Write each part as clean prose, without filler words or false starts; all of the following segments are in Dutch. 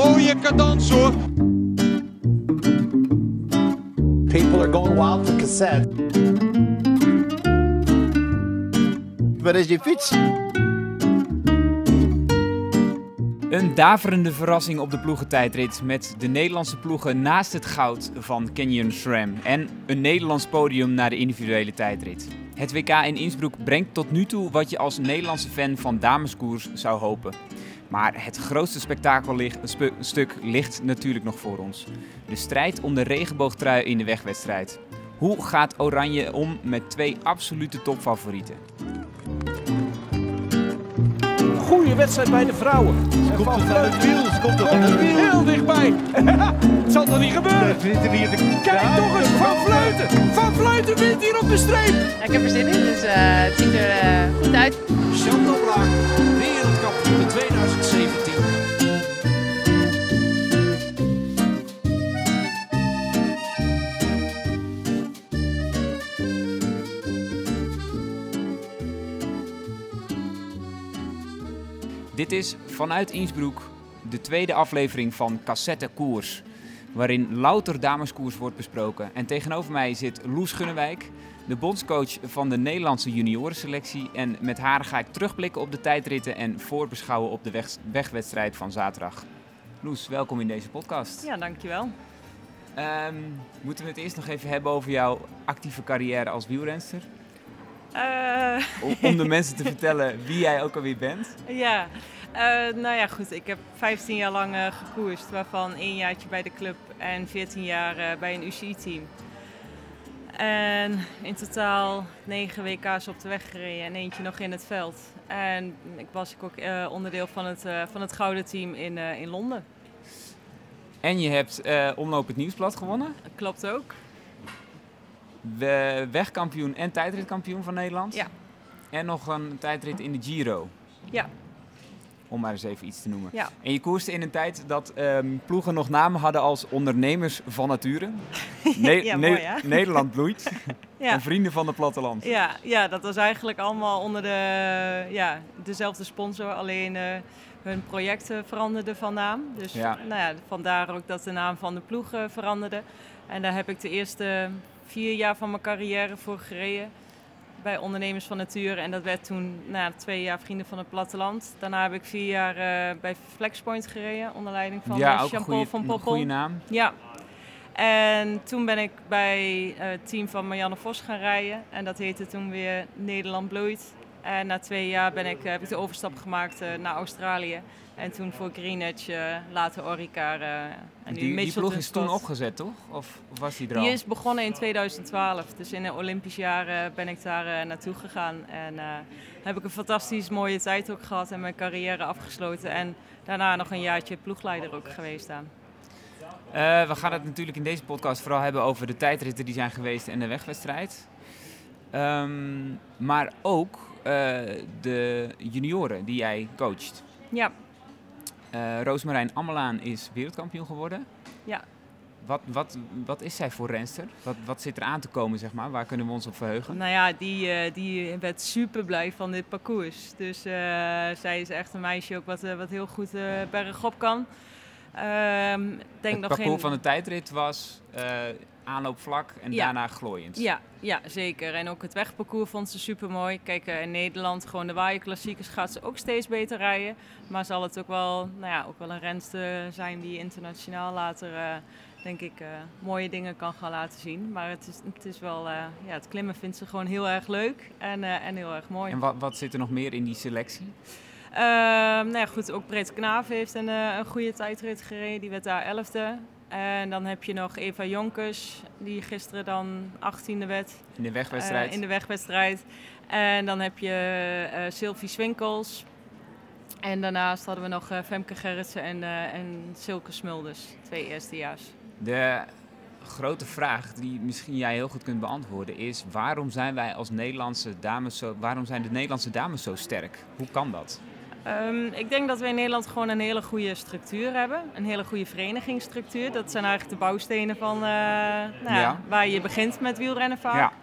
mooie cadans hoor. People are going wild for cassette. Waar is je fiets? Een daverende verrassing op de ploegentijdrit met de Nederlandse ploegen naast het goud van Canyon SRAM en een Nederlands podium na de individuele tijdrit. Het WK in Innsbruck brengt tot nu toe wat je als Nederlandse fan van dameskoers zou hopen. Maar het grootste spektakelstuk ligt natuurlijk nog voor ons. De strijd om de regenboogtrui in de wegwedstrijd. Hoe gaat Oranje om met twee absolute topfavorieten? Goeie wedstrijd bij de vrouwen. Komt het van het wiel? Komt het van het wiel? Heel dichtbij. Het zal toch niet gebeuren? Kijk toch eens, Van Vleuten. Van Vleuten wint hier op de streep. Ja, ik heb er zin in, dus het ziet er goed uit. Chantal Blaak, wereldkampioen 2017. Dit is vanuit Innsbruck de tweede aflevering van Cassette Koers, waarin louter dameskoers wordt besproken. En tegenover mij zit Loes Gunnewijk, de bondscoach van de Nederlandse juniorenselectie. En met haar ga ik terugblikken op de tijdritten en voorbeschouwen op de wegwedstrijd van zaterdag. Loes, welkom in deze podcast. Ja, dankjewel. Moeten we het eerst nog even hebben over jouw actieve carrière als wielrenster? Om de mensen te vertellen wie jij ook alweer bent. Ja, nou ja goed, ik heb 15 jaar lang gekoerst, waarvan 1 jaartje bij de club en 14 jaar bij een UCI-team. En in totaal 9 WK's op de weg gereden en eentje nog in het veld. En ik was ook onderdeel van het gouden team in Londen. En je hebt Omloop het Nieuwsblad gewonnen. Klopt ook. Wegkampioen en tijdritkampioen van Nederland. Ja. En nog een tijdrit in de Giro. Ja. Om maar eens even iets te noemen. Ja. En je koerste in een tijd dat ploegen nog namen hadden als ondernemers van nature. Ja, mooi, hè? Nederland bloeit. Ja. En vrienden van het platteland. Ja, dat was eigenlijk allemaal onder dezelfde sponsor, alleen hun projecten veranderden van naam. Dus Ja. Nou ja, vandaar ook dat de naam van de ploeg veranderde. En daar heb ik de eerste 4 jaar van mijn carrière voor gereden bij Ondernemers van Nature. En dat werd toen 2 jaar Vrienden van het Platteland. Daarna heb ik 4 jaar bij Flexpoint gereden onder leiding van Jean-Paul van Poppel. Een goede naam. Ja. En toen ben ik bij het team van Marianne Vos gaan rijden. En dat heette toen weer Nederland Bloeit. En na 2 jaar heb ik de overstap gemaakt naar Australië. En toen voor Greenwich, later Orica. En nu Die ploeg is toen opgezet, toch? Of was die er al? Die is begonnen in 2012. Dus in een Olympisch jaar ben ik daar naartoe gegaan. En heb ik een fantastisch mooie tijd ook gehad en mijn carrière afgesloten. En daarna nog een jaartje ploegleider ook geweest aan. We gaan het natuurlijk in deze podcast vooral hebben over de tijdritten die zijn geweest en de wegwedstrijd. Maar ook de junioren die jij coacht. Ja. Roosmarijn Ammelaan is wereldkampioen geworden. Ja. Wat is zij voor renster? Wat zit er aan te komen, zeg maar? Waar kunnen we ons op verheugen? Nou ja, die werd super blij van dit parcours. Dus zij is echt een meisje ook wat heel goed bergop kan. Het parcours van de tijdrit was aanloop vlak en daarna glooiend. Ja, zeker. En ook het wegparcours vond ze super mooi. Kijk, in Nederland, gewoon de waaierklassiekers gaat ze ook steeds beter rijden. Maar zal het ook wel een renster zijn die internationaal later, denk ik, mooie dingen kan gaan laten zien. Maar het is wel, het klimmen vindt ze gewoon heel erg leuk en heel erg mooi. En wat zit er nog meer in die selectie? Goed, ook Breed Knaaf heeft een goede tijdrit gereden. Die werd daar 11e. En dan heb je nog Eva Jonkers, die gisteren dan 18e werd. In de wegwedstrijd. En dan heb je Sylvie Swinkels. En daarnaast hadden we nog Femke Gerritsen en Silke Smulders, 2 eerstejaars. De grote vraag die misschien jij heel goed kunt beantwoorden is: waarom zijn wij als Nederlandse dames waarom zijn de Nederlandse dames zo sterk? Hoe kan dat? Ik denk dat we in Nederland gewoon een hele goede structuur hebben. Een hele goede verenigingsstructuur. Dat zijn eigenlijk de bouwstenen van waar je begint met wielrennen vaak.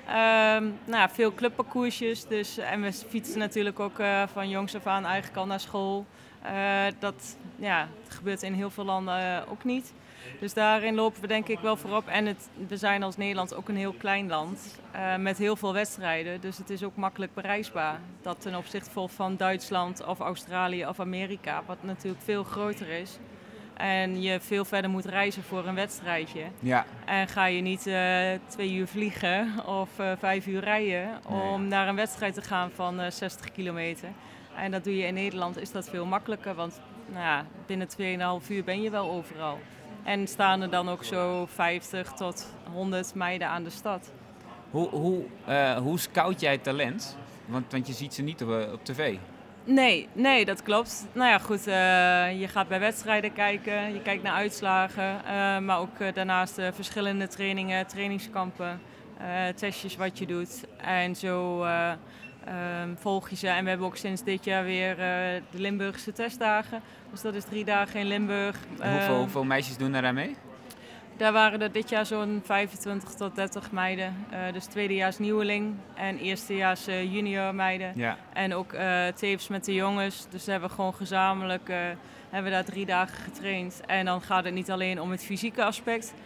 Veel clubparcoursjes. Dus, en we fietsen natuurlijk ook van jongs af aan eigenlijk al naar school. Dat gebeurt in heel veel landen ook niet. Dus daarin lopen we denk ik wel voorop. En we zijn als Nederland ook een heel klein land met heel veel wedstrijden. Dus het is ook makkelijk bereisbaar. Dat ten opzichte van Duitsland of Australië of Amerika, wat natuurlijk veel groter is. En je veel verder moet reizen voor een wedstrijdje. Ja. En ga je niet 2 uur vliegen of 5 uur rijden om naar een wedstrijd te gaan van 60 kilometer. En dat doe je in Nederland, is dat veel makkelijker. Want binnen 2,5 uur ben je wel overal. En staan er dan ook zo 50 tot 100 meiden aan de stad. Hoe scout jij talent? Want je ziet ze niet op tv. Nee, dat klopt. Je gaat bij wedstrijden kijken, je kijkt naar uitslagen. Maar ook daarnaast verschillende trainingen, trainingskampen, testjes wat je doet. En zo volg je ze. En we hebben ook sinds dit jaar weer de Limburgse testdagen. Dus dat is 3 dagen in Limburg. Hoeveel meisjes doen daar mee? Daar waren er dit jaar zo'n 25 tot 30 meiden. Dus tweedejaars nieuweling en eerstejaars junior meiden. Ja. En ook tevens met de jongens. Dus hebben we gewoon gezamenlijk hebben we daar 3 dagen getraind. En dan gaat het niet alleen om het fysieke aspect.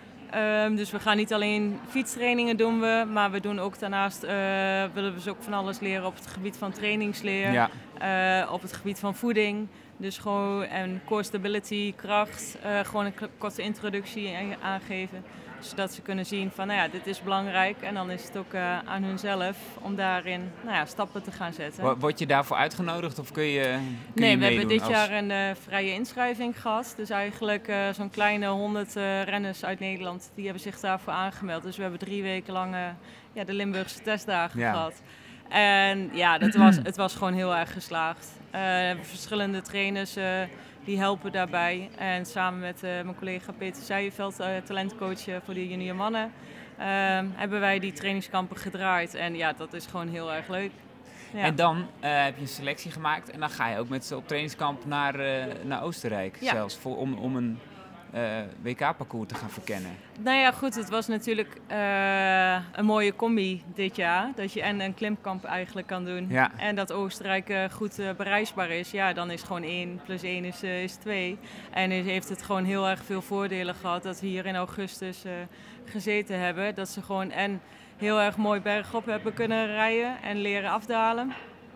Dus we gaan niet alleen fietstrainingen doen maar we doen ook daarnaast willen we dus ook van alles leren op het gebied van trainingsleer, op het gebied van voeding. Dus gewoon en core stability, kracht, gewoon een korte introductie aangeven. Zodat ze kunnen zien van dit is belangrijk en dan is het ook aan hunzelf om daarin stappen te gaan zetten. Word je daarvoor uitgenodigd of kun je Nee, we hebben dit jaar een vrije inschrijving gehad. Dus eigenlijk zo'n kleine 100 renners uit Nederland die hebben zich daarvoor aangemeld. Dus we hebben 3 weken lang de Limburgse testdagen gehad. En het was gewoon heel erg geslaagd. Verschillende trainers die helpen daarbij. En samen met mijn collega Peter Zijveld, talentcoach voor de junior mannen, hebben wij die trainingskampen gedraaid. En dat is gewoon heel erg leuk. Ja. En dan heb je een selectie gemaakt en dan ga je ook met ze op trainingskamp naar Oostenrijk zelfs om een WK-parcours te gaan verkennen. Het was natuurlijk een mooie combi dit jaar. Dat je en een klimkamp eigenlijk kan doen. Ja. En dat Oostenrijk goed bereisbaar is. Ja, dan is gewoon 1 + 1 is 2. En heeft het gewoon heel erg veel voordelen gehad dat we hier in augustus gezeten hebben. Dat ze gewoon en heel erg mooi bergop hebben kunnen rijden en leren afdalen.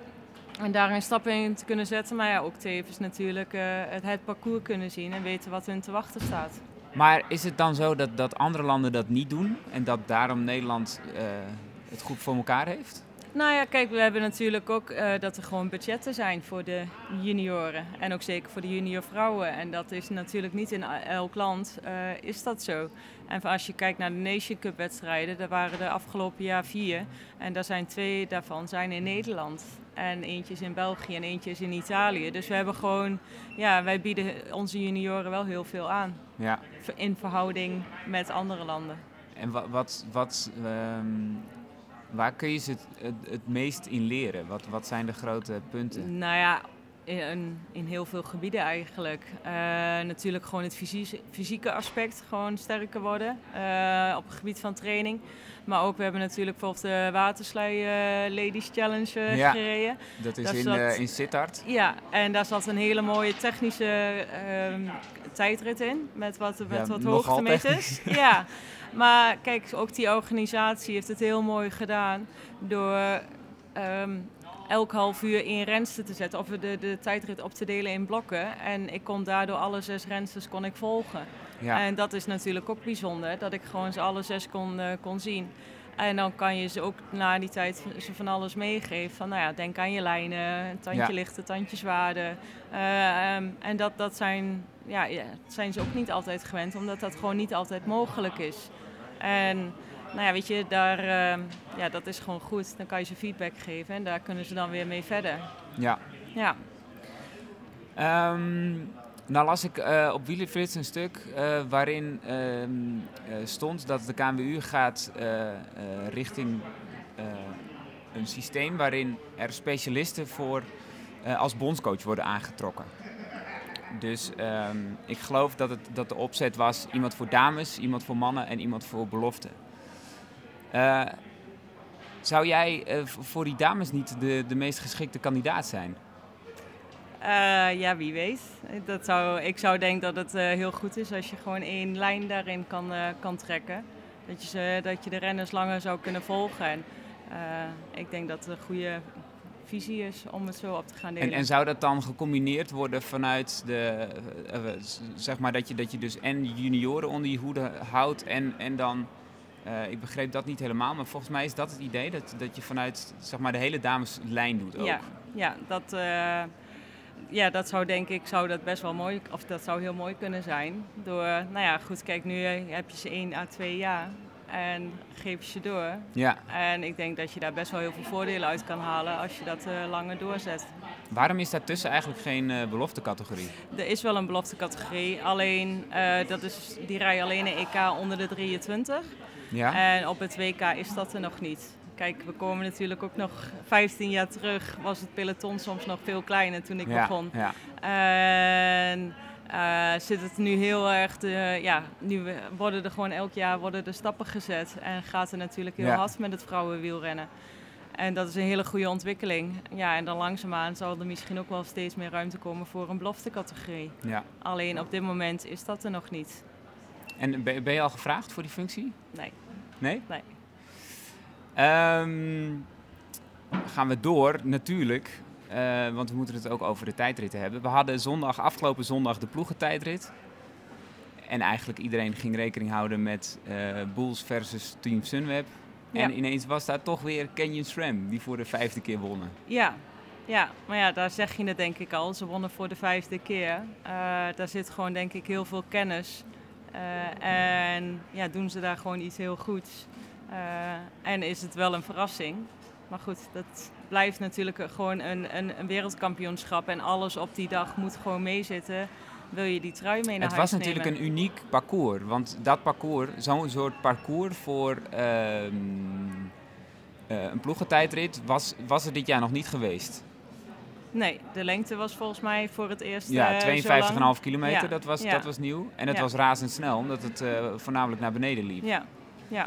En daarin stappen in te kunnen zetten, maar ook tevens natuurlijk het parcours kunnen zien en weten wat hun te wachten staat. Maar is het dan zo dat andere landen dat niet doen en dat daarom Nederland het goed voor elkaar heeft? Kijk, we hebben natuurlijk ook dat er gewoon budgetten zijn voor de junioren en ook zeker voor de junior vrouwen. En dat is natuurlijk niet in elk land, is dat zo. En als je kijkt naar de Nation Cup wedstrijden, daar waren er afgelopen jaar 4 en daar zijn 2 daarvan zijn in Nederland. En eentje is in België en eentje is in Italië. Dus we hebben gewoon, wij bieden onze junioren wel heel veel aan. Ja. In verhouding met andere landen. En waar kun je ze het meest in leren? Wat zijn de grote punten? In heel veel gebieden eigenlijk. Natuurlijk gewoon het fysieke aspect, gewoon sterker worden op het gebied van training. Maar ook, we hebben natuurlijk bijvoorbeeld de Waterslei Ladies Challenge gereden. Dat is in Sittard. Ja, en daar zat een hele mooie technische tijdrit in, met wat hoogtemeters. Ja, maar kijk, ook die organisatie heeft het heel mooi gedaan door elk half uur 1 renster te zetten of de tijdrit op te delen in blokken. En ik kon daardoor alle 6 rensters volgen. Ja. En dat is natuurlijk ook bijzonder, dat ik gewoon ze alle 6 kon zien. En dan kan je ze ook na die tijd ze van alles meegeven. Van, denk aan je lijnen, een tandje lichter, tandje zwaarder. En dat zijn ze ook niet altijd gewend, omdat dat gewoon niet altijd mogelijk is. En weet je, dat is gewoon goed. Dan kan je ze feedback geven en daar kunnen ze dan weer mee verder. Ja. Nou las ik op Wielerflits een stuk waarin stond dat de KNWU gaat richting een systeem waarin er specialisten voor als bondscoach worden aangetrokken. Dus ik geloof dat de opzet was iemand voor dames, iemand voor mannen en iemand voor belofte. Zou jij voor die dames niet de meest geschikte kandidaat zijn? Ja, wie weet. Ik zou denken dat het heel goed is als je gewoon 1 lijn daarin kan trekken. Dat je de renners langer zou kunnen volgen. En ik denk dat het een goede visie is om het zo op te gaan delen. En zou dat dan gecombineerd worden vanuit zeg maar dat je dus en junioren onder je hoede houdt en dan... ik begreep dat niet helemaal, maar volgens mij is dat het idee dat je vanuit zeg maar de hele dameslijn doet ook. Ja, dat zou denk ik dat best wel mooi, of dat zou heel mooi kunnen zijn. Goed, kijk, nu heb je ze 1 à 2 jaar en geef je ze door. Ja. En ik denk dat je daar best wel heel veel voordelen uit kan halen als je dat langer doorzet. Waarom is daartussen eigenlijk geen beloftecategorie? Er is wel een beloftecategorie, alleen die rijden alleen een EK onder de 23. Ja. En op het WK is dat er nog niet. Kijk, we komen natuurlijk ook nog 15 jaar terug, was het peloton soms nog veel kleiner toen ik begon. Ja. En zit het nu heel erg, nu worden er gewoon elk jaar stappen gezet. En gaat er natuurlijk heel hard met het vrouwenwielrennen. En dat is een hele goede ontwikkeling. Ja, en dan langzaamaan zal er misschien ook wel steeds meer ruimte komen voor een beloftecategorie. Ja. Alleen op dit moment is dat er nog niet. En ben je al gevraagd voor die functie? Nee. Nee? Nee. Gaan we door, natuurlijk. Want we moeten het ook over de tijdritten hebben. We hadden afgelopen zondag de ploegentijdrit. En eigenlijk iedereen ging rekening houden met Bulls versus Team Sunweb. Ja. En ineens was daar toch weer Canyon SRAM, die voor de 5e keer wonnen. Ja, maar ja, daar zeg je het denk ik al. Ze wonnen voor de 5e keer. Daar zit gewoon denk ik heel veel kennis. En ja, doen ze daar gewoon iets heel goeds. En is het wel een verrassing. Maar goed, dat blijft natuurlijk gewoon een wereldkampioenschap. En alles op die dag moet gewoon meezitten. Wil je die trui mee naar huis nemen? Het was natuurlijk een uniek parcours. Want dat parcours, zo'n soort parcours voor een ploegentijdrit, was er dit jaar nog niet geweest. Nee, de lengte was volgens mij voor het eerst 52,5 kilometer, dat was nieuw. En het was razendsnel, omdat het voornamelijk naar beneden liep. Ja.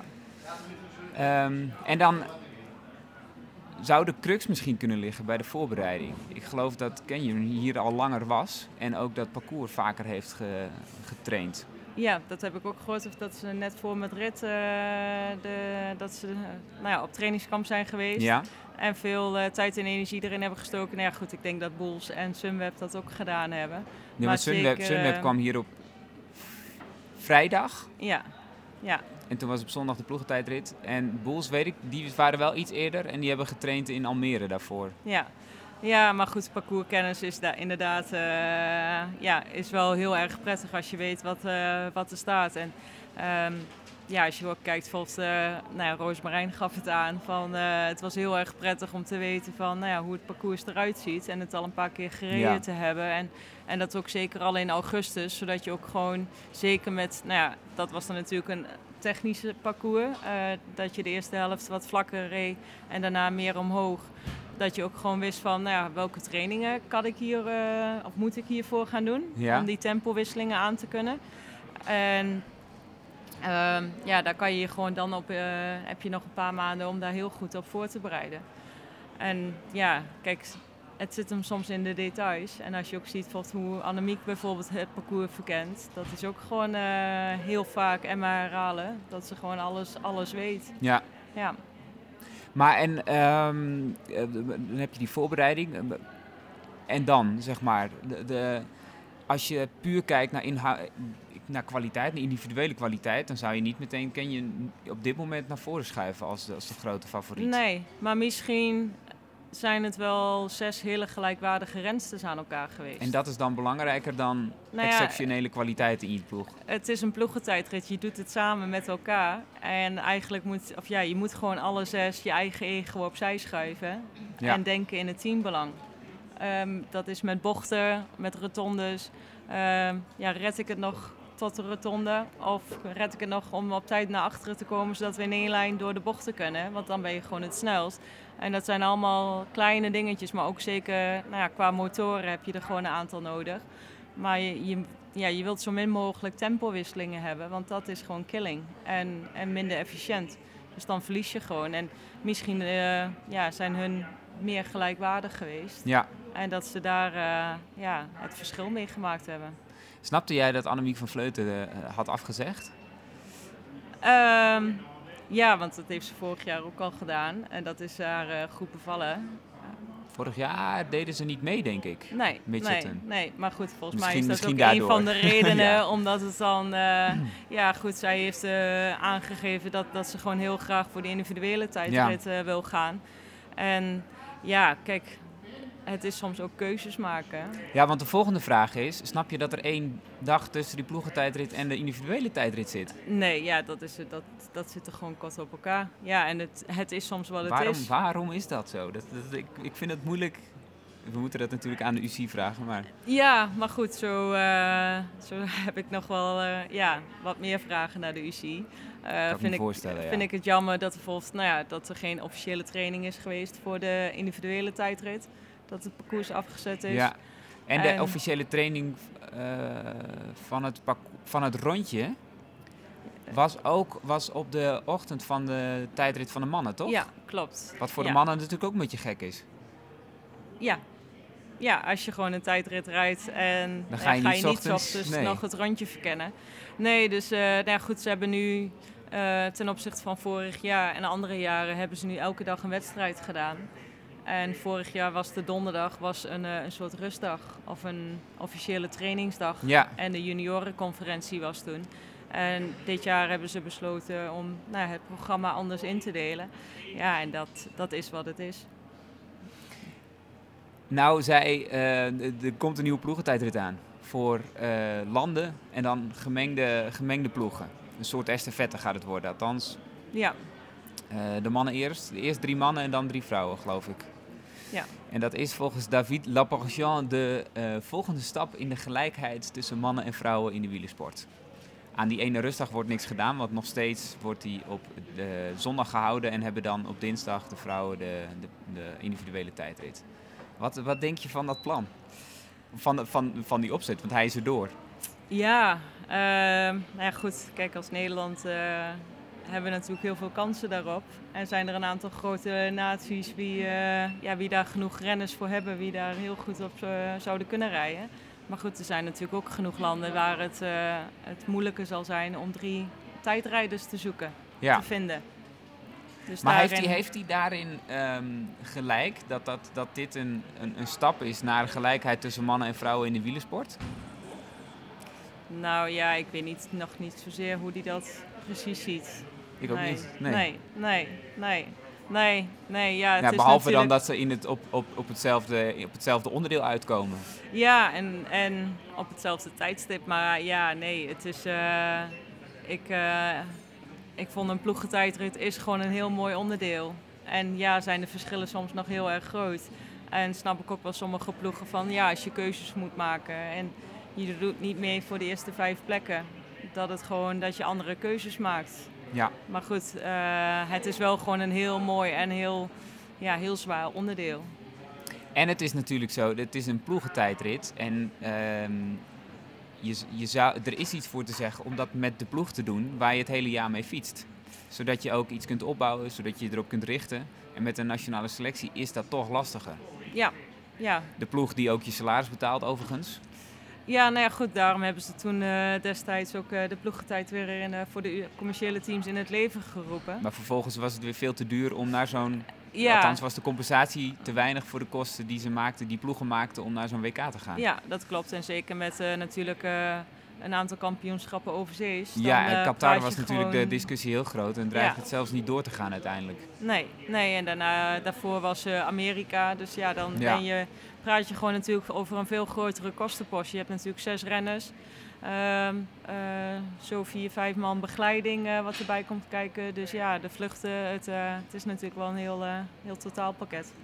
En dan zou de crux misschien kunnen liggen bij de voorbereiding. Ik geloof dat Canyon hier al langer was en ook dat parcours vaker heeft getraind. Ja, dat heb ik ook gehoord. Of dat ze net voor Madrid op trainingskamp zijn geweest. Ja. En veel tijd en energie erin hebben gestoken. Nou ja, goed, ik denk dat Bulls en Sunweb dat ook gedaan hebben. Ja, maar Sunweb kwam hier op vrijdag. Ja. En toen was op zondag de ploegentijdrit. En Bulls, weet ik, die waren wel iets eerder en die hebben getraind in Almere daarvoor. Ja, maar goed, parcourskennis is daar inderdaad is wel heel erg prettig als je weet wat er staat. En als je ook kijkt, bijvoorbeeld, Roosmarijn gaf het aan, het was heel erg prettig om te weten hoe het parcours eruit ziet en het al een paar keer gereden te hebben. En dat ook zeker al in augustus, zodat je ook gewoon zeker met, dat was dan natuurlijk een technische parcours, dat je de eerste helft wat vlakker reed en daarna meer omhoog. Dat je ook gewoon wist van welke trainingen kan ik hier of moet ik hiervoor gaan doen om die tempowisselingen aan te kunnen. En daar kan je gewoon dan heb je nog een paar maanden om daar heel goed op voor te bereiden. En kijk, het zit hem soms in de details. En als je ook ziet hoe Annemiek bijvoorbeeld het parcours verkent, dat is ook gewoon heel vaak en maar herhalen, dat ze gewoon alles weet. Ja. Maar dan heb je die voorbereiding. En dan, zeg maar, als je puur kijkt naar kwaliteit, naar individuele kwaliteit, dan zou je niet meteen Canyon op dit moment naar voren schuiven als de grote favoriet. Nee, maar misschien zijn het wel 6 hele gelijkwaardige rensters aan elkaar geweest. En dat is dan belangrijker dan exceptionele kwaliteiten in je ploeg? Het is een ploegentijdrit, je doet het samen met elkaar. En eigenlijk je moet gewoon alle 6 je eigen ego opzij schuiven en denken in het teambelang. Dat is met bochten, met rotondes. Red ik het nog tot de rotonde? Of red ik het nog om op tijd naar achteren te komen, zodat we in 1 lijn door de bochten kunnen? Want dan ben je gewoon het snelst. En dat zijn allemaal kleine dingetjes, maar ook zeker qua motoren heb je er gewoon een aantal nodig. Maar je wilt zo min mogelijk tempowisselingen hebben, want dat is gewoon killing en minder efficiënt. Dus dan verlies je gewoon. En misschien zijn hun meer gelijkwaardig geweest. Ja. En dat ze daar het verschil mee gemaakt hebben. Snapte jij dat Annemiek van Vleuten had afgezegd? Ja, want dat heeft ze vorig jaar ook al gedaan. En dat is haar goed bevallen. Vorig jaar deden ze niet mee, denk ik. Nee. Maar goed, volgens mij is dat misschien ook daardoor. een van de redenen. Ja. Omdat het dan... zij heeft aangegeven dat ze gewoon heel graag voor de individuele tijdrit wil gaan. En ja, kijk, het is soms ook keuzes maken. Ja, want de volgende vraag is, snap je dat er 1 dag tussen die ploegentijdrit en de individuele tijdrit zit? Nee, ja, dat zit er gewoon kort op elkaar. Ja, en het is soms wat het is. Waarom is dat zo? Ik vind het moeilijk. We moeten dat natuurlijk aan de UCI vragen, maar... Ja, maar goed, zo heb ik nog wel wat meer vragen naar de UCI. Vind ik het jammer dat er dat er geen officiële training is geweest voor de individuele tijdrit. Dat het parcours afgezet is. Ja. En de officiële training van het rondje was op de ochtend van de tijdrit van de mannen, toch? Ja, klopt. Wat voor de mannen natuurlijk ook een beetje gek is. Ja. Ja, als je gewoon een tijdrit rijdt en dan ga je niet 's ochtends nog het rondje verkennen. Nee, dus goed, ze hebben nu ten opzichte van vorig jaar en andere jaren hebben ze nu elke dag een wedstrijd gedaan. En vorig jaar was de donderdag een soort rustdag of een officiële trainingsdag. Ja. En de juniorenconferentie was toen. En dit jaar hebben ze besloten om het programma anders in te delen. Ja, en dat is wat het is. Nou, er komt een nieuwe ploegentijdrit aan voor landen en dan gemengde ploegen. Een soort estafette gaat het worden, althans. Ja. De mannen eerst 3 mannen en dan 3 vrouwen, geloof ik. Ja. En dat is volgens David Lapaghan de volgende stap in de gelijkheid tussen mannen en vrouwen in de wielersport. Aan die ene rustdag wordt niks gedaan, want nog steeds wordt die op zondag gehouden en hebben dan op dinsdag de vrouwen de individuele tijdrit. Wat denk je van dat plan? Van die opzet, want hij is erdoor. Ja, goed. Kijk, als Nederland hebben we natuurlijk heel veel kansen daarop. En zijn er een aantal grote naties wie daar genoeg renners voor hebben, wie daar heel goed op zouden kunnen rijden. Maar goed, er zijn natuurlijk ook genoeg landen waar het moeilijker zal zijn om 3 tijdrijders te zoeken, te vinden. Dus maar heeft hij daarin gelijk dat dit een stap is naar gelijkheid tussen mannen en vrouwen in de wielersport? Nou ja, ik weet nog niet zozeer hoe hij dat precies ziet. Ik ook niet. Nee. Ja, het is behalve natuurlijk... dan dat ze op hetzelfde onderdeel uitkomen. Ja, en op hetzelfde tijdstip. Maar ja, nee, het is... Ik vond een ploegentijdrit is gewoon een heel mooi onderdeel. En ja, zijn de verschillen soms nog heel erg groot. En snap ik ook wel sommige ploegen van... Ja, als je keuzes moet maken en je doet niet mee voor de eerste 5 plekken... dat je andere keuzes maakt. Ja. Maar goed, het is wel gewoon een heel mooi en heel zwaar onderdeel. En het is natuurlijk zo, het is een ploegentijdrit. En er is iets voor te zeggen om dat met de ploeg te doen waar je het hele jaar mee fietst. Zodat je ook iets kunt opbouwen, zodat je erop kunt richten. En met een nationale selectie is dat toch lastiger. Ja. De ploeg die ook je salaris betaalt overigens. Ja, nou ja, goed, daarom hebben ze toen destijds ook de ploegentijd weer voor de commerciële teams in het leven geroepen. Maar vervolgens was het weer veel te duur om naar zo'n... Ja. Althans was de compensatie te weinig voor de kosten die ploegen maakten om naar zo'n WK te gaan. Ja, dat klopt. En zeker met natuurlijk een aantal kampioenschappen overzees. Ja, Qatar was natuurlijk de discussie heel groot en dreigde het zelfs niet door te gaan uiteindelijk. Nee, en daarvoor was Amerika. Dus ja, dan praat je gewoon natuurlijk over een veel grotere kostenpost. Je hebt natuurlijk 6 renners. Zo 4-5 man begeleiding wat erbij komt kijken. Dus ja, de vluchten, het is natuurlijk wel een heel totaalpakket.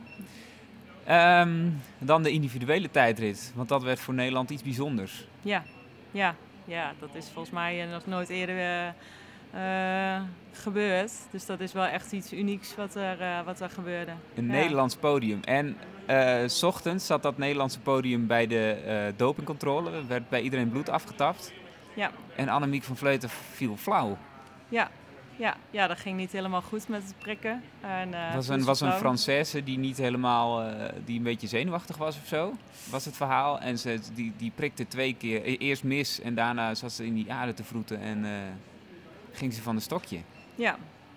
Dan de individuele tijdrit, want dat werd voor Nederland iets bijzonders. Ja, dat is volgens mij nog nooit eerder gebeurd. Dus dat is wel echt iets unieks wat er gebeurde. Een Nederlands podium. En 's ochtends zat dat Nederlandse podium bij de dopingcontrole. Er werd bij iedereen bloed afgetapt. Ja. En Annemiek van Vleuten viel flauw. Ja, dat ging niet helemaal goed met het prikken. Het was een Française die niet helemaal, die een beetje zenuwachtig was of zo, was het verhaal. En die prikte 2 keer, eerst mis en daarna zat ze in die aarde te vroeten en ging ze van de stokje. Ja.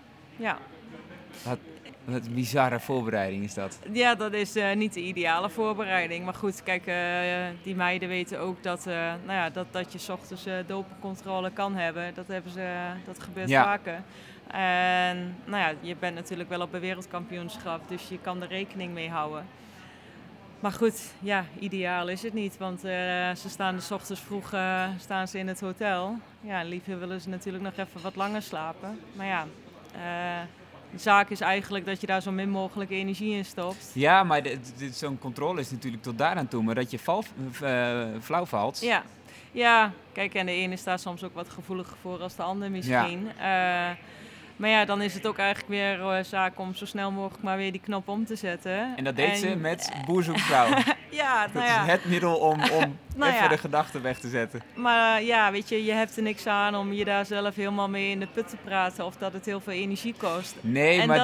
Wat een bizarre voorbereiding is dat. Ja, dat is niet de ideale voorbereiding. Maar goed, kijk, die meiden weten ook dat je 's ochtends dopingcontrole kan hebben. Dat gebeurt vaker. En je bent natuurlijk wel op een wereldkampioenschap, dus je kan er rekening mee houden. Maar goed, ja, ideaal is het niet, want ze staan dus 's ochtends vroeg staan ze in het hotel. Ja, liever willen ze natuurlijk nog even wat langer slapen. Maar ja, de zaak is eigenlijk dat je daar zo min mogelijk energie in stopt. Ja, maar zo'n controle is natuurlijk tot daaraan toe, maar dat je flauw valt. Ja, kijk, en de ene is daar soms ook wat gevoeliger voor als de ander misschien. Ja. Maar ja, dan is het ook eigenlijk weer zaak om zo snel mogelijk maar weer die knop om te zetten. En dat deed ze met Boer zoekt vrouw. Dat is het middel om even de gedachten weg te zetten. Maar ja, weet je hebt er niks aan om je daar zelf helemaal mee in de put te praten of dat het heel veel energie kost. Nee, en maar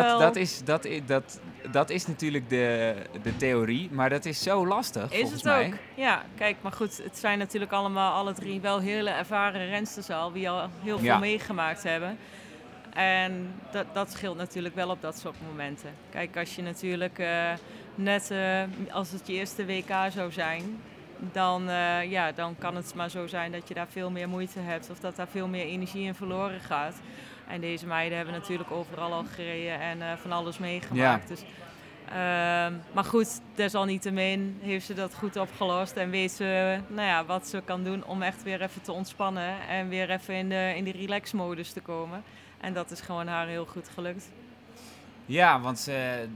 dat is natuurlijk de theorie, maar dat is zo lastig volgens mij. Is het ook? Ja, kijk, maar goed, het zijn natuurlijk allemaal alle 3 wel hele ervaren rensters al, die al heel veel meegemaakt hebben. En dat scheelt natuurlijk wel op dat soort momenten. Kijk, als je natuurlijk als het je eerste WK zou zijn, dan kan het maar zo zijn dat je daar veel meer moeite hebt of dat daar veel meer energie in verloren gaat. En deze meiden hebben natuurlijk overal al gereden en van alles meegemaakt. Ja. Dus, maar goed, desalniettemin heeft ze dat goed opgelost en weet ze wat ze kan doen om echt weer even te ontspannen en weer even in de relax-modus te komen. En dat is gewoon haar heel goed gelukt. Ja, want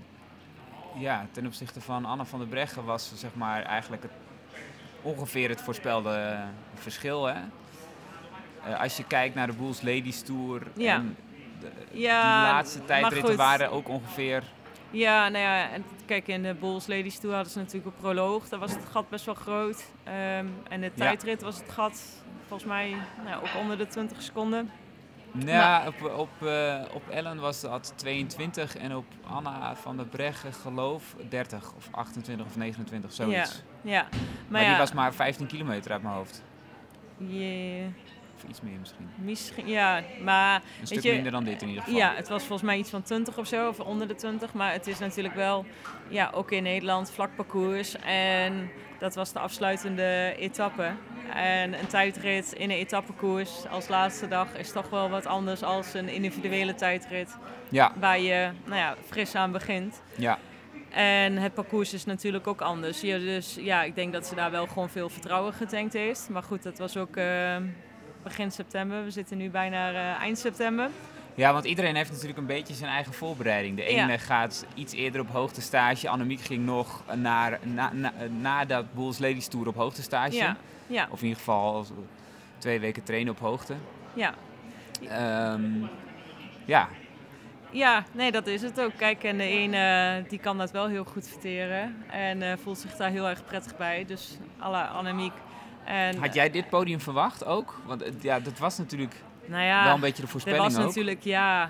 ten opzichte van Anna van der Breggen was zeg maar eigenlijk ongeveer het voorspelde verschil. Hè? Als je kijkt naar de Bulls Ladies Tour en die laatste tijdritten waren ook ongeveer... Ja, en kijk, in de Bulls Ladies Tour hadden ze natuurlijk een proloog. Daar was het gat best wel groot. En de tijdrit was het gat volgens mij ook onder de 20 seconden. Ja, op Ellen was dat 22 en op Anna van der Breggen geloof 30 of 28 of 29, zoiets. Ja. Maar die was maar 15 kilometer uit mijn hoofd. Yeah. Of iets meer misschien. Misschien, ja, maar... Een stuk minder dan dit in ieder geval. Ja, het was volgens mij iets van 20 of zo, of onder de 20. Maar het is natuurlijk wel, ook in Nederland, vlak parcours. En dat was de afsluitende etappe. En een tijdrit in een etappekoers als laatste dag is toch wel wat anders als een individuele tijdrit. Ja. Waar je fris aan begint. Ja. En het parcours is natuurlijk ook anders. Dus ik denk dat ze daar wel gewoon veel vertrouwen getankt heeft. Maar goed, dat was ook begin september. We zitten nu bijna eind september. Ja, want iedereen heeft natuurlijk een beetje zijn eigen voorbereiding. De ene gaat iets eerder op hoogtestage. Annemiek ging nog na dat Bulls Ladies Tour op hoogtestage. Ja. Ja. Of in ieder geval 2 weken trainen op hoogte. Ja. Ja, nee, dat is het ook. Kijk, en de ene die kan dat wel heel goed verteren. En voelt zich daar heel erg prettig bij. Dus à la Annemiek. Had jij dit podium verwacht ook? Want dat was natuurlijk wel een beetje de voorspelling ook. Er was natuurlijk,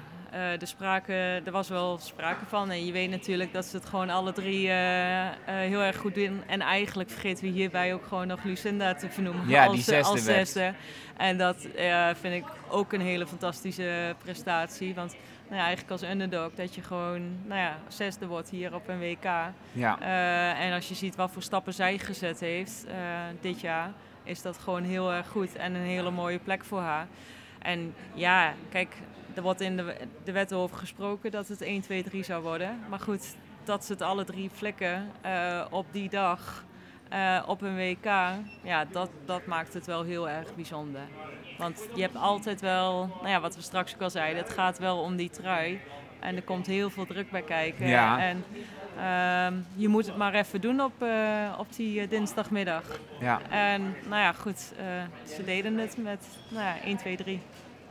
er was wel sprake van. En je weet natuurlijk dat ze het gewoon alle 3 heel erg goed doen. En eigenlijk vergeten we hierbij ook gewoon nog Lucinda te vernoemen. Ja, die als zesde. En dat vind ik ook een hele fantastische prestatie. Want eigenlijk als underdog dat je gewoon 6e wordt hier op een WK. Ja. En als je ziet wat voor stappen zij gezet heeft dit jaar, is dat gewoon heel erg goed en een hele mooie plek voor haar. En ja, kijk, er wordt in de wet over gesproken dat het 1, 2, 3 zou worden. Maar goed, dat ze het alle 3 flikken op die dag op een WK, dat maakt het wel heel erg bijzonder. Want je hebt altijd wel, wat we straks ook al zeiden, het gaat wel om die trui. En er komt heel veel druk bij kijken. Ja. En je moet het maar even doen op die dinsdagmiddag. Ja. En goed, ze deden het met 1, 2, 3.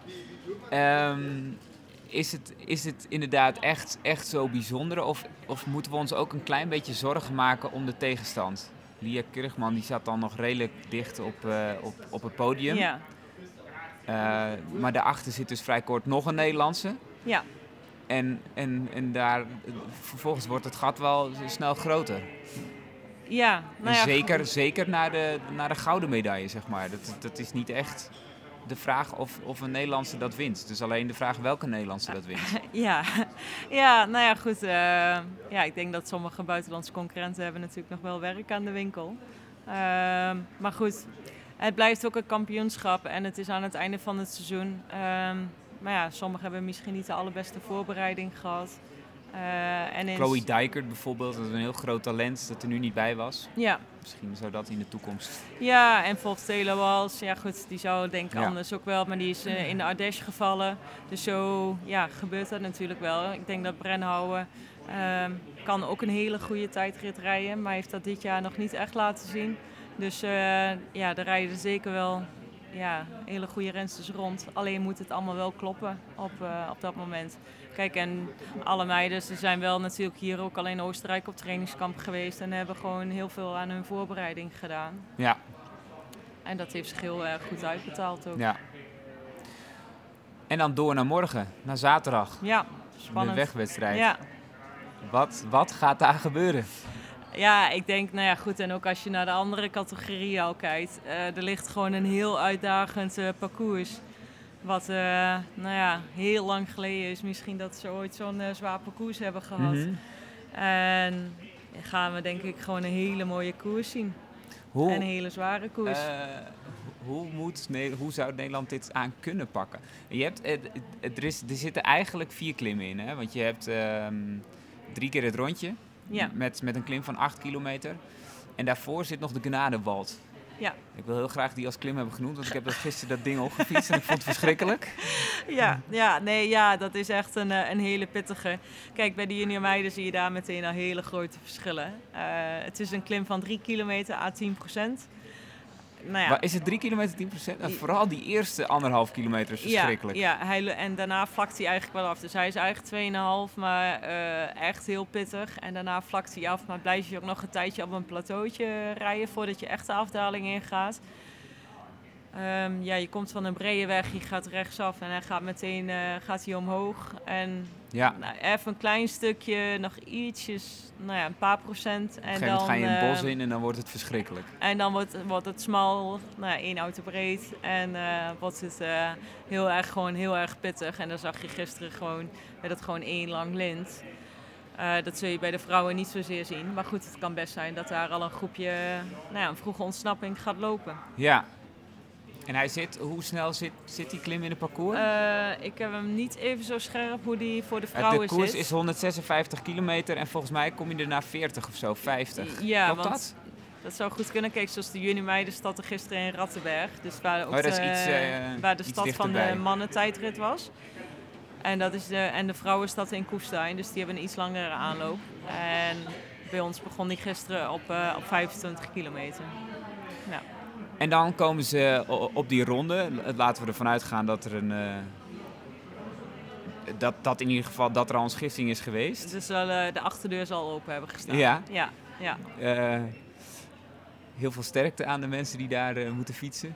Is het inderdaad echt zo bijzonder? Of moeten we ons ook een klein beetje zorgen maken om de tegenstand? Lia Kirchman die zat dan nog redelijk dicht op het podium. Ja. Maar daarachter zit dus vrij kort nog een Nederlandse. Ja. En daar, vervolgens wordt het gat wel snel groter. Ja, nou ja, Zeker naar de gouden medaille, zeg maar. Dat is niet echt de vraag of een Nederlandse dat wint. Het is alleen de vraag welke Nederlandse dat wint. Ja, nou ja, goed. Ja, ik denk dat sommige buitenlandse concurrenten hebben natuurlijk nog wel werk aan de winkel. Maar goed, het blijft ook een kampioenschap en het is aan het einde van het seizoen. Maar ja, sommigen hebben misschien niet de allerbeste voorbereiding gehad. Chloe Dijkert bijvoorbeeld, dat is een heel groot talent dat er nu niet bij was. Ja. Misschien zou dat in de toekomst. Ja, en Volf Taylor was, ja goed, die zou denk ik anders ook wel, maar die is in de Ardèche gevallen. Dus zo gebeurt dat natuurlijk wel. Ik denk dat Brenhouwen kan ook een hele goede tijdrit rijden, maar heeft dat dit jaar nog niet echt laten zien. Dus er rijden er zeker wel hele goede rensters rond. Alleen moet het allemaal wel kloppen op dat moment. Kijk, en alle meiden, ze zijn wel natuurlijk hier ook al in Oostenrijk op trainingskamp geweest en hebben gewoon heel veel aan hun voorbereiding gedaan. Ja. En dat heeft zich heel erg goed uitbetaald ook. Ja. En dan door naar morgen, naar zaterdag. Ja, spannend. De wegwedstrijd. Ja. Wat gaat daar gebeuren? Ja, ik denk, nou ja, goed. En ook als je naar de andere categorieën al kijkt. Er ligt gewoon een heel uitdagend parcours. Wat, heel lang geleden is misschien dat ze ooit zo'n zwaar parcours hebben gehad. Mm-hmm. En gaan we denk ik gewoon een hele mooie koers zien. En een hele zware koers. Hoe zou Nederland dit aan kunnen pakken? Je hebt, er zitten eigenlijk 4 klimmen in, hè? Want je hebt 3 keer het rondje. Ja. Met een klim van 8 kilometer. En daarvoor zit nog de Gnadewald. Ja. Ik wil heel graag die als klim hebben genoemd, want ik heb gisteren dat ding opgefietst en ik vond het verschrikkelijk. Dat is echt een hele pittige. Kijk, bij de junior meiden zie je daar meteen al hele grote verschillen. Het is een klim van 3 kilometer à 10%. Nou ja. Maar is het 3 kilometer 10%? En vooral die eerste 1,5 kilometer is verschrikkelijk. En daarna vlakt hij eigenlijk wel af. Dus hij is eigenlijk 2,5, maar echt heel pittig. En daarna vlakt hij af, maar blijf je ook nog een tijdje op een plateautje rijden voordat je echt de afdaling ingaat. Je komt van een brede weg, je gaat rechtsaf en hij gaat meteen omhoog. En even een klein stukje, nog ietsjes, een paar procent. En dan ga je een bos in en dan wordt het verschrikkelijk. En dan wordt het smal, 1 auto breed. En wordt het heel erg pittig. En dan zag je gisteren werd het gewoon 1 lang lint. Dat zul je bij de vrouwen niet zozeer zien. Maar goed, het kan best zijn dat daar al een groepje, een vroege ontsnapping gaat lopen. Ja. En hoe snel zit die klim in het parcours? Ik heb hem niet even zo scherp hoe die voor de vrouwen zit. De koers is 156 kilometer en volgens mij kom je er naar 40 of zo, 50. Ja, klopt dat? Dat zou goed kunnen. Kijk, zoals de juniormeiden stad er gisteren in Rattenberg. Dus waar ook dat is waar de iets stad van dichterbij. de mannentijdrit was. En dat is de vrouwenstad in Koestijn. Dus die hebben een iets langere aanloop. En bij ons begon die gisteren op 25 kilometer. Ja. En dan komen ze op die ronde. Laten we ervan uitgaan dat er dat in ieder geval dat er al een schifting is geweest. Dus de achterdeur zal open hebben gestaan. Ja. Heel veel sterkte aan de mensen die daar moeten fietsen.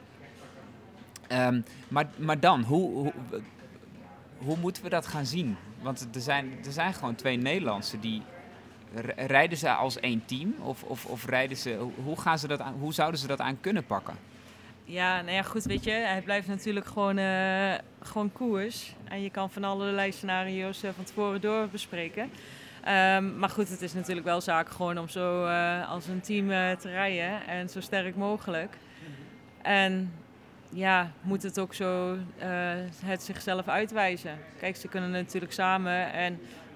Maar dan, hoe moeten we dat gaan zien? Want er zijn gewoon 2 Nederlandse die... Rijden ze als 1 team? Of rijden ze... Hoe zouden ze dat aan kunnen pakken? Ja, goed, weet je. Het blijft natuurlijk gewoon koers. En je kan van allerlei scenario's van tevoren door bespreken. Maar goed, het is natuurlijk wel zaak gewoon om zo als een team te rijden. En zo sterk mogelijk. En moet het ook zo het zichzelf uitwijzen. Kijk, ze kunnen natuurlijk samen en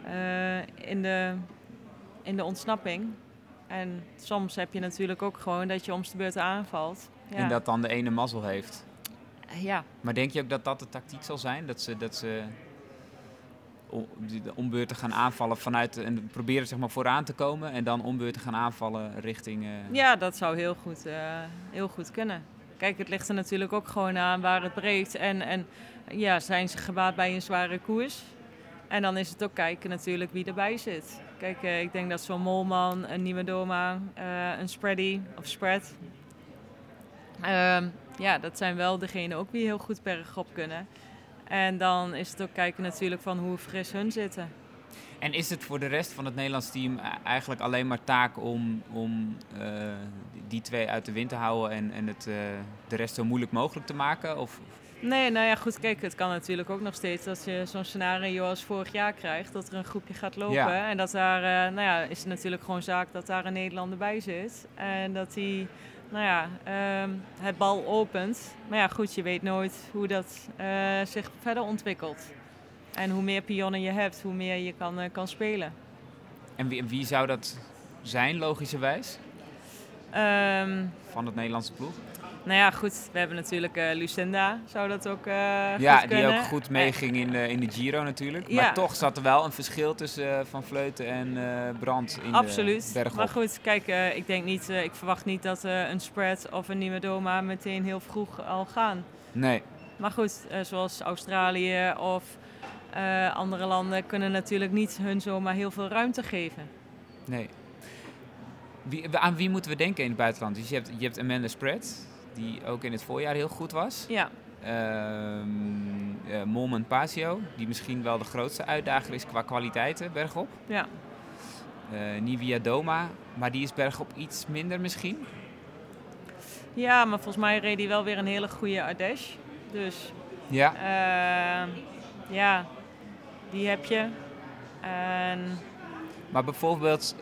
in de ontsnapping. En soms heb je natuurlijk ook gewoon dat je om de beurt aanvalt. Ja. En dat dan de ene mazzel heeft. Ja. Maar denk je ook dat dat de tactiek zal zijn? Dat ze ombeurten gaan aanvallen en proberen zeg maar vooraan te komen en dan ombeurten gaan aanvallen richting... Ja, dat zou heel goed kunnen. Kijk, het ligt er natuurlijk ook gewoon aan waar het breekt. En zijn ze gebaat bij een zware koers? En dan is het ook kijken natuurlijk wie erbij zit. Kijk, ik denk dat zo'n Molman, een Nieuwe Doma, een Spready of Spread... ja, dat zijn wel degenen ook die heel goed bergop kunnen. En dan is het ook kijken natuurlijk van hoe fris hun zitten. En is het voor de rest van het Nederlands team eigenlijk alleen maar taak om die twee uit de wind te houden en de rest zo moeilijk mogelijk te maken? Of? Nee, nou ja, goed, kijk, het kan natuurlijk ook nog steeds dat je zo'n scenario als vorig jaar krijgt, dat er een groepje gaat lopen. Ja. En dat daar, is het natuurlijk gewoon zaak dat daar een Nederlander bij zit. En dat hij, het bal opent. Maar ja, goed, je weet nooit hoe dat zich verder ontwikkelt. En hoe meer pionnen je hebt, hoe meer je kan spelen. En wie zou dat zijn, logischerwijs? Van het Nederlandse ploeg? Nou ja, goed, we hebben natuurlijk Lucinda, zou dat ook Ja, goed die kunnen. ook goed meeging in de Giro natuurlijk. Ja. Maar toch zat er wel een verschil tussen Van Vleuten en Brandt in Absoluut. de bergop. Maar goed, kijk, ik verwacht niet dat een spread of een Nieuwe Doma meteen heel vroeg al gaan. Nee. Maar goed, zoals Australië of andere landen kunnen natuurlijk niet hun zomaar heel veel ruimte geven. Nee. Aan wie moeten we denken in het buitenland? Dus je hebt Amanda Spread, die ook in het voorjaar heel goed was. Ja, Molman Pasio, die misschien wel de grootste uitdager is qua kwaliteiten bergop. ja. Nivia Doma, maar die is bergop iets minder misschien. Ja, maar volgens mij reed hij wel weer een hele goede Ardèche. Dus Ja. ja, die heb je. En Maar bijvoorbeeld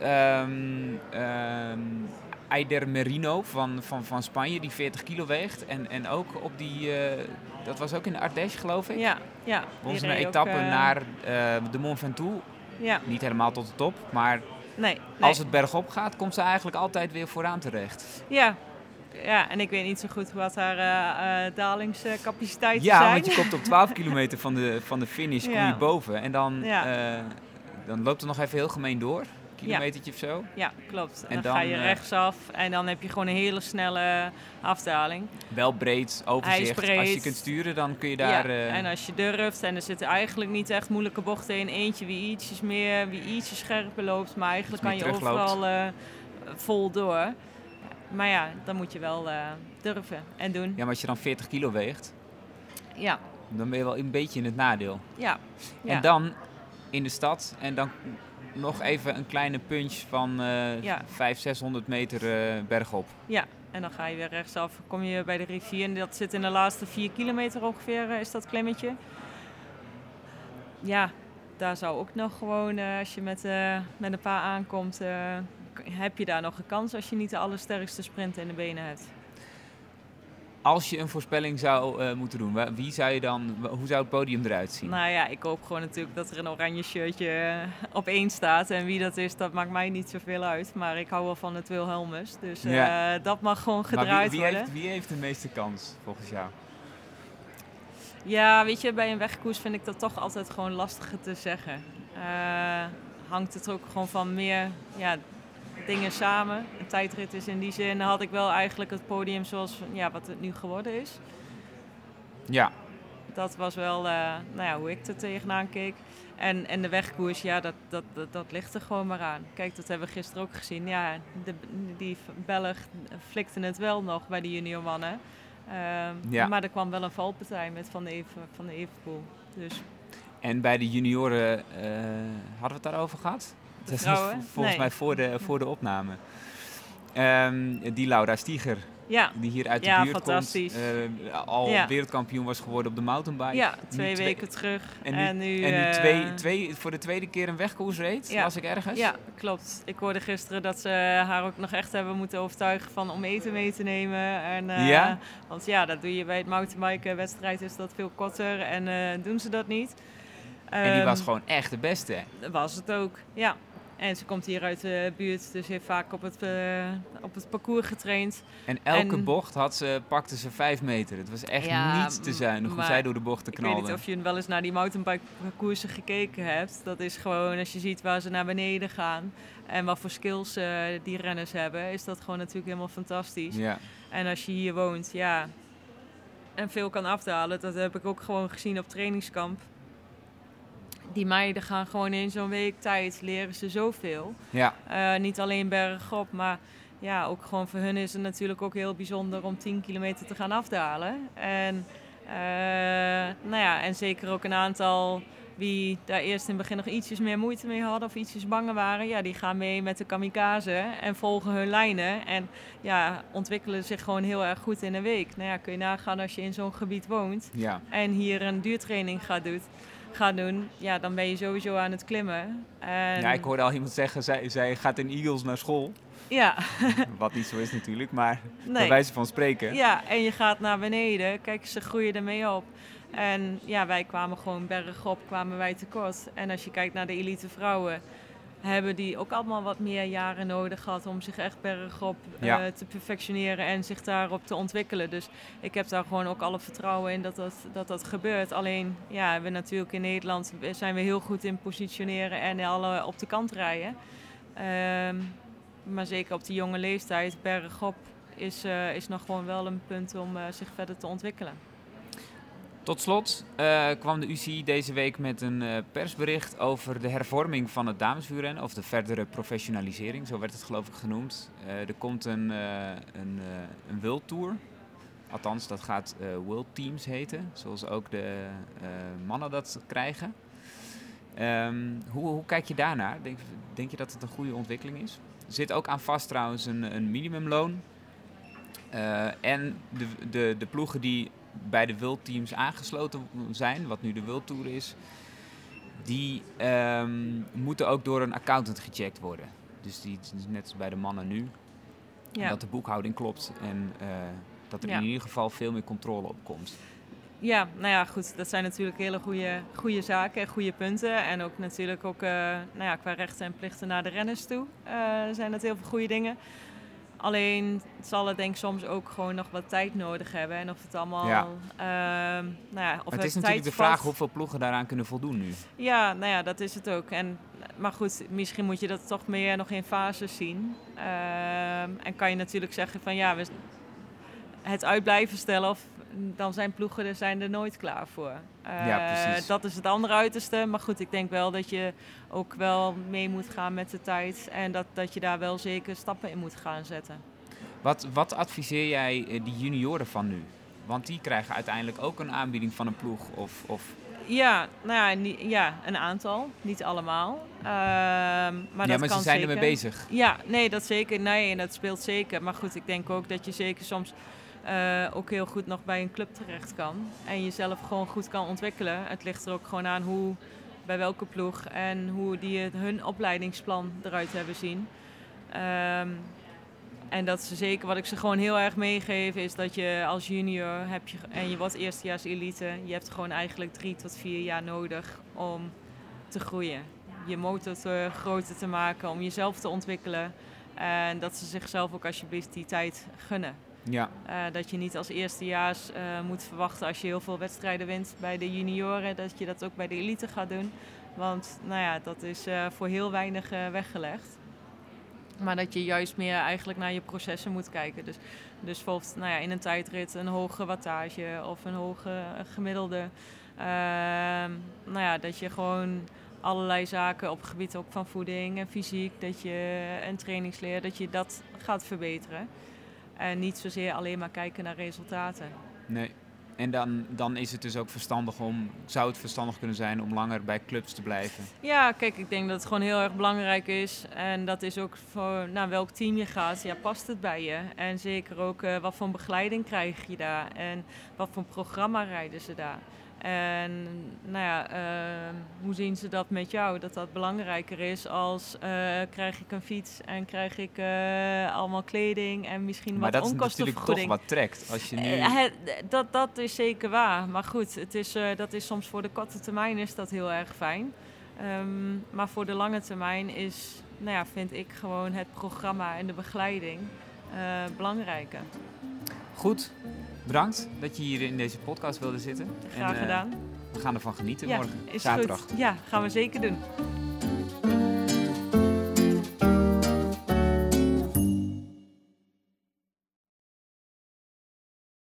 Eider Merino van Spanje, die 40 kilo weegt. En ook op die, dat was ook in de Ardèche geloof ik. ja, die Volgens een reed ook, etappe naar de Mont Ventoux. Ja, Niet helemaal tot de top, maar nee. als het bergop gaat, komt ze eigenlijk altijd weer vooraan terecht. Ja, en ik weet niet zo goed wat haar dalingscapaciteiten Ja, zijn. want je komt op 12 kilometer van de finish, kom Ja. je boven. En dan, Ja. dan loopt het nog even heel gemeen door. Een kilometertje of zo. Ja, klopt. En En dan ga je dan, rechtsaf en dan heb je gewoon een hele snelle afdaling. Wel breed, overzicht. breed. Als je kunt sturen, dan kun je daar... En als je durft, en er zitten eigenlijk niet echt moeilijke bochten in. Eentje wie ietsjes meer, wie ietsjes scherper loopt. Maar eigenlijk Iets kan je meer terugloopt. overal vol door. Maar ja, dan moet je wel durven en doen. Ja, maar als je dan 40 kilo weegt, Ja, dan ben je wel een beetje in het nadeel. ja. En dan in de stad en dan nog even een kleine punch van Ja. 500-600 meter bergop. Ja, en dan ga je weer rechtsaf. Kom je bij de rivier en dat zit in de laatste 4 kilometer ongeveer, is dat klimmetje. Ja, daar zou ook nog gewoon, als je met een paar aankomt, heb je daar nog een kans als je niet de allersterkste sprint in de benen hebt. Als je een voorspelling zou moeten doen, hoe zou het podium eruit zien? Nou ja, ik hoop gewoon natuurlijk dat er een oranje shirtje op 1 staat. En wie dat is, dat maakt mij niet zoveel uit. Maar ik hou wel van het Wilhelmus. Dus Ja. dat mag gewoon Maar gedraaid worden. wie heeft de meeste kans, volgens jou? Ja, weet je, bij een wegkoers vind ik dat toch altijd gewoon lastiger te zeggen. Hangt het ook gewoon van meer dingen samen. Een tijdrit is in die zin, had ik wel eigenlijk het podium zoals wat het nu geworden is. Ja. Dat was wel hoe ik er tegenaan keek. En de wegkoers, dat ligt er gewoon maar aan. Kijk, dat hebben we gisteren ook gezien. Ja, die Belg flikte het wel nog bij de juniormannen. Maar er kwam wel een valpartij met Van de Evenepoel. Dus En bij de junioren, hadden we het daarover gehad? de vrouwen? Volgens Nee. mij voor de opname. Die Laura Stieger, Ja, die hier uit de Ja, buurt fantastisch. komt. Al Ja. wereldkampioen was geworden op de mountainbike. ja Nu 2 weken terug. En nu voor de tweede keer een wegkoers reed, Ja. las ik ergens. Ja, klopt. Ik hoorde gisteren dat ze haar ook nog echt hebben moeten overtuigen om eten mee te nemen. En, Ja? Want ja, dat doe je bij het mountainbike wedstrijd is dat veel korter en doen ze dat niet. En die was gewoon echt de beste. Dat was het ook, ja. En ze komt hier uit de buurt, dus heeft vaak op het parcours getraind. En elke En- bocht pakte ze 5 meter. Het was echt Ja, niet te zuinig hoe maar zij door de bochten Ik weet knalde. niet of je wel eens naar die mountainbike parcoursen gekeken hebt. Dat is gewoon, als je ziet waar ze naar beneden gaan en wat voor skills die renners hebben, is dat gewoon natuurlijk helemaal fantastisch. Ja. En als je hier woont, ja, en veel kan afdalen, dat heb ik ook gewoon gezien op trainingskamp. Die meiden gaan gewoon in zo'n week tijd, leren ze zoveel. Ja. Niet alleen bergop, maar ja, ook gewoon voor hun is het natuurlijk ook heel bijzonder om 10 kilometer te gaan afdalen. En, en zeker ook een aantal wie daar eerst in het begin nog ietsjes meer moeite mee hadden of ietsjes banger waren, ja, die gaan mee met de kamikaze en volgen hun lijnen en ja, ontwikkelen zich gewoon heel erg goed in een week. Nou ja, kun je nagaan als je in zo'n gebied woont en hier een duurtraining gaat doen, ja, dan ben je sowieso aan het klimmen. En ja, ik hoorde al iemand zeggen, zij gaat in Eagles naar school. Ja. Wat niet zo is natuurlijk, maar bij wijze van spreken. Ja, en je gaat naar beneden. Kijk, ze groeien ermee op. En ja, wij kwamen gewoon bergop, kwamen wij tekort. En als je kijkt naar de elite vrouwen, hebben die ook allemaal wat meer jaren nodig gehad om zich echt bergop te perfectioneren en zich daarop te ontwikkelen. Dus ik heb daar gewoon ook alle vertrouwen in dat gebeurt. Alleen, ja, we natuurlijk in Nederland zijn we heel goed in positioneren en alle op de kant rijden. Maar zeker op die jonge leeftijd, bergop is nog gewoon wel een punt om zich verder te ontwikkelen. Tot slot kwam de UCI deze week met een persbericht over de hervorming van het dameswielrennen, of de verdere professionalisering, zo werd het geloof ik genoemd. Er komt een World Tour, althans dat gaat World Teams heten, zoals ook de mannen dat krijgen. Hoe kijk je daarnaar? Denk je dat het een goede ontwikkeling is? Er zit ook aan vast trouwens een minimumloon. En de ploegen die bij de World Teams aangesloten zijn, wat nu de World Tour is, die moeten ook door een accountant gecheckt worden. Dus die net als bij de mannen nu. Ja. Dat de boekhouding klopt en dat er in ieder geval veel meer controle op komt. Ja, nou ja, goed. Dat zijn natuurlijk hele goede zaken en goede punten. En ook natuurlijk qua rechten en plichten naar de renners toe zijn dat heel veel goede dingen. Alleen zal het denk ik soms ook gewoon nog wat tijd nodig hebben. En of het allemaal... of het is natuurlijk de vraag hoeveel ploegen daaraan kunnen voldoen nu. Ja, nou ja, dat is het ook. Maar goed, misschien moet je dat toch meer nog in fases zien. En kan je natuurlijk zeggen van ja, het uit blijven stellen of dan zijn ploegen er nooit klaar voor. Precies. Dat is het andere uiterste. Maar goed, ik denk wel dat je ook wel mee moet gaan met de tijd. En dat je daar wel zeker stappen in moet gaan zetten. Wat adviseer jij die junioren van nu? Want die krijgen uiteindelijk ook een aanbieding van een ploeg of... Ja, een aantal. Niet allemaal. Maar ze zijn ermee bezig. Ja, nee, dat zeker. Nee, en dat speelt zeker. Maar goed, ik denk ook dat je zeker soms ook heel goed nog bij een club terecht kan. En jezelf gewoon goed kan ontwikkelen. Het ligt er ook gewoon aan bij welke ploeg en hoe die hun opleidingsplan eruit hebben zien. En dat ze zeker, wat ik ze gewoon heel erg meegeef, is dat je als junior en je wordt eerstejaars elite, je hebt gewoon eigenlijk 3 tot 4 jaar nodig om te groeien. Je motor groter te maken, om jezelf te ontwikkelen. En dat ze zichzelf ook alsjeblieft die tijd gunnen. Ja. Dat je niet als eerstejaars moet verwachten als je heel veel wedstrijden wint bij de junioren, dat je dat ook bij de elite gaat doen. Want dat is voor heel weinig weggelegd. Maar dat je juist meer eigenlijk naar je processen moet kijken. Dus bijvoorbeeld in een tijdrit een hoge wattage of een hoge gemiddelde. Dat je gewoon allerlei zaken op het gebied ook van voeding en fysiek, en trainingsleer, dat je dat gaat verbeteren. En niet zozeer alleen maar kijken naar resultaten. Nee. En dan is het dus ook zou het verstandig kunnen zijn om langer bij clubs te blijven? Ja, kijk, ik denk dat het gewoon heel erg belangrijk is. En dat is ook voor welk team je gaat. Ja, past het bij je? En zeker ook wat voor begeleiding krijg je daar? En wat voor programma rijden ze daar? En hoe zien ze dat met jou? Dat belangrijker is als krijg ik een fiets en krijg ik allemaal kleding en misschien wat onkostenvergoeding. Maar dat is natuurlijk toch wat trekt als je nu... Dat is zeker waar. Maar goed, dat is soms voor de korte termijn is dat heel erg fijn. Maar voor de lange termijn vind ik gewoon het programma en de begeleiding belangrijker. Goed. Bedankt dat je hier in deze podcast wilde zitten. Graag gedaan. We gaan ervan genieten morgen. Is zaterdag. Goed. Ja, gaan we zeker doen.